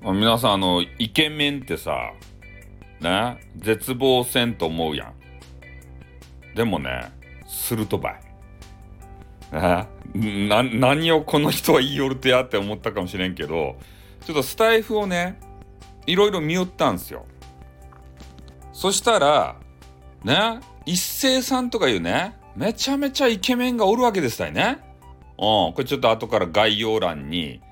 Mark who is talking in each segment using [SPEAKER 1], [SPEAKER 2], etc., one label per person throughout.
[SPEAKER 1] 皆さんイケメンってさ、ね、絶望せんと思うやん。でもね、するとばい。何をこの人は言いよるとやって思ったかもしれんけど、ちょっとスタイフをね、いろいろ見よったんすよ。そしたら、ね、一斉さんとかいうね、めちゃめちゃイケメンがおるわけですたいね。これちょっと後から概要欄に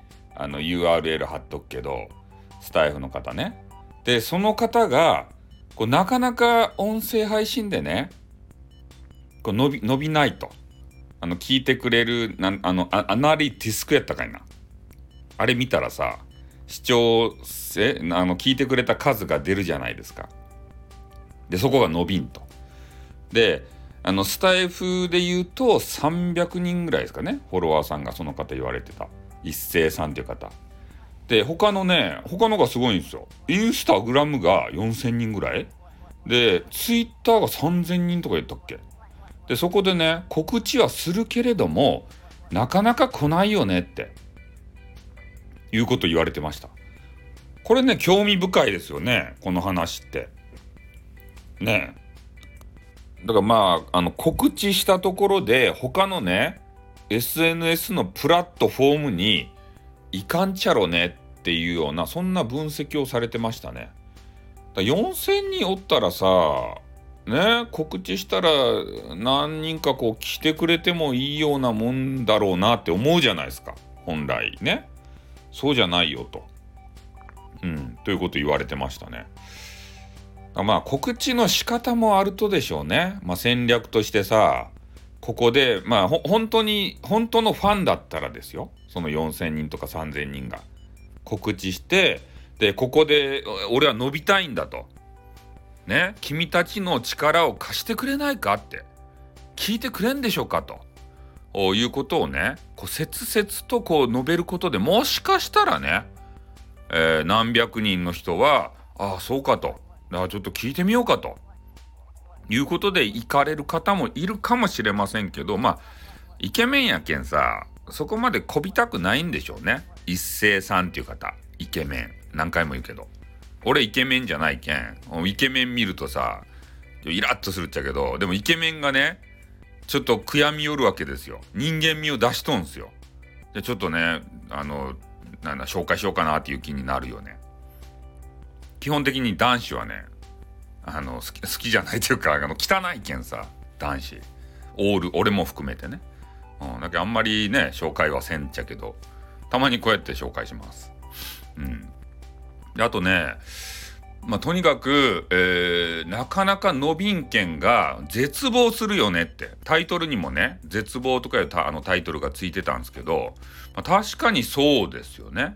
[SPEAKER 1] URL 貼っとくけど、スタイフの方ね。で、その方がなかなか音声配信でね、伸びないと。聞いてくれるアナリティスクやったかいな。あれ見たらさ、視聴者聞いてくれた数が出るじゃないですか。で、そこが伸びんと。で、スタイフで言うと300人ぐらいですかね、フォロワーさんがその方言われてた。一斉さんっていう方。で、他のがすごいんですよ。インスタグラムが4000人ぐらいで、ツイッターが3000人とか言ったっけ。で、そこでね、告知はするけれども、なかなか来ないよねって、いうこと言われてました。これね、興味深いですよね、この話って。ねえ。だから告知したところで、他のね、SNS のプラットフォームにいかんちゃろねっていうような、そんな分析をされてましたね。だ4000人おったらさ、ね、告知したら何人か来てくれてもいいようなもんだろうなって思うじゃないですか、本来ね。そうじゃないよと。ということ言われてましたね。告知の仕方もあるとでしょうね。戦略としてさ、ここで本当のファンだったらですよ。その4000人とか3000人が告知して、でここで俺は伸びたいんだと。ね、君たちの力を貸してくれないかって聞いてくれんでしょうかということをね、切々と述べることで、もしかしたらね、何百人の人はそうかと、ちょっと聞いてみようかということで行かれる方もいるかもしれませんけど、イケメンやけんさ、そこまでこびたくないんでしょうね。一斉さんっていう方、イケメン何回も言うけど、俺イケメンじゃないけん、イケメン見るとさ、イラッとするっちゃけど、でもイケメンがね、ちょっと悔やみよるわけですよ。人間味を出しとんすよ。で、ちょっとね、紹介しようかなっていう気になるよね。基本的に男子はね、好きじゃないというか、汚いけんさ、男子。俺も含めてね。だけどあんまりね、紹介はせんっちゃけど、たまにこうやって紹介します。で、あとね、とにかく、なかなか伸びんけんが絶望するよねって、タイトルにもね、絶望とかいうタイトルがついてたんですけど、確かにそうですよね。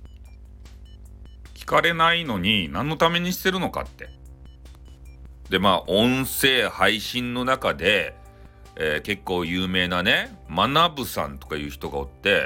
[SPEAKER 1] 聞かれないのに何のためにしてるのかって。で、音声配信の中で、結構有名なね、学さんとかいう人がおって、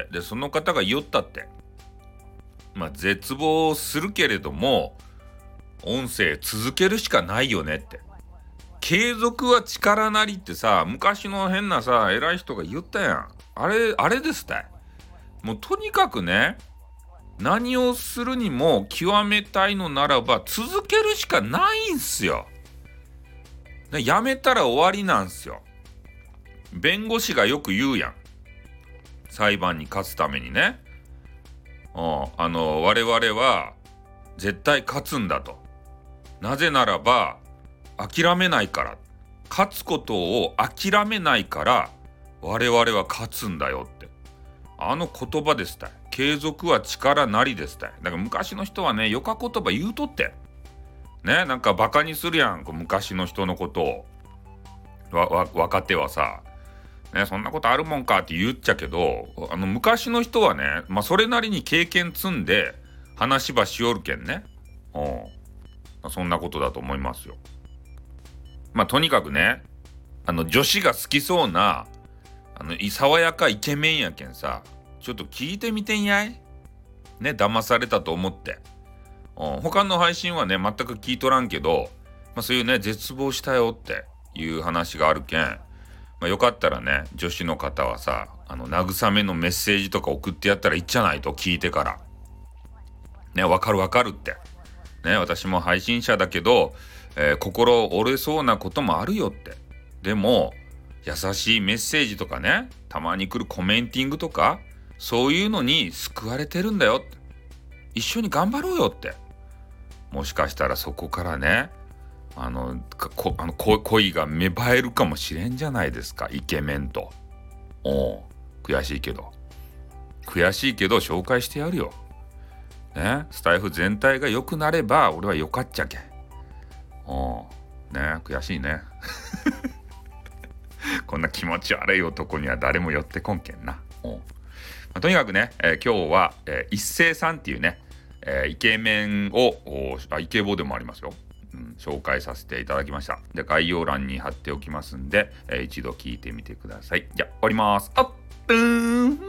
[SPEAKER 1] で、その方が言ったって、絶望するけれども、音声続けるしかないよねって。継続は力なりってさ、昔の変なさ、偉い人が言ったやん。あれですたい。もうとにかくね、何をするにも極めたいのならば続けるしかないんすよ。やめたら終わりなんすよ。弁護士がよく言うやん。裁判に勝つためにね。我々は絶対勝つんだと。なぜならば諦めないから。勝つことを諦めないから我々は勝つんだよって。言葉ですたい。継続は力なりですたい。だから昔の人はね、よか言葉言うとって。ね、なんかバカにするやん。昔の人のことを。若手はさ。ね、そんなことあるもんかって言っちゃけど、昔の人はね、それなりに経験積んで話ばしよるけんね。そんなことだと思いますよ。とにかくね、女子が好きそうな、爽やかイケメンやけんさ、ちょっと聞いてみてんやいね、騙されたと思って。他の配信はね、全く聞いとらんけど、そういうね、絶望したよっていう話があるけん、よかったらね、女子の方はさ、慰めのメッセージとか送ってやったらいいじゃないと、聞いてから。 ね、わかるわかるって。ね、私も配信者だけど、心折れそうなこともあるよって。でも、優しいメッセージとかね、たまに来るコメンティングとか、そういうのに救われてるんだよって。一緒に頑張ろうよって。もしかしたらそこからね、恋が芽生えるかもしれんじゃないですか、イケメンと。おう、悔しいけど紹介してやるよ。ね、スタイフ全体が良くなれば俺はよかっちゃけ。おう、ね、悔しいね。こんな気持ち悪い男には誰も寄ってこんけんな。おう、とにかくね、今日は、一星さんっていうね、イケメンをイケボでもありますよ、紹介させていただきました。で、概要欄に貼っておきますんで、一度聞いてみてください。じゃあ終わります。あっぷーん。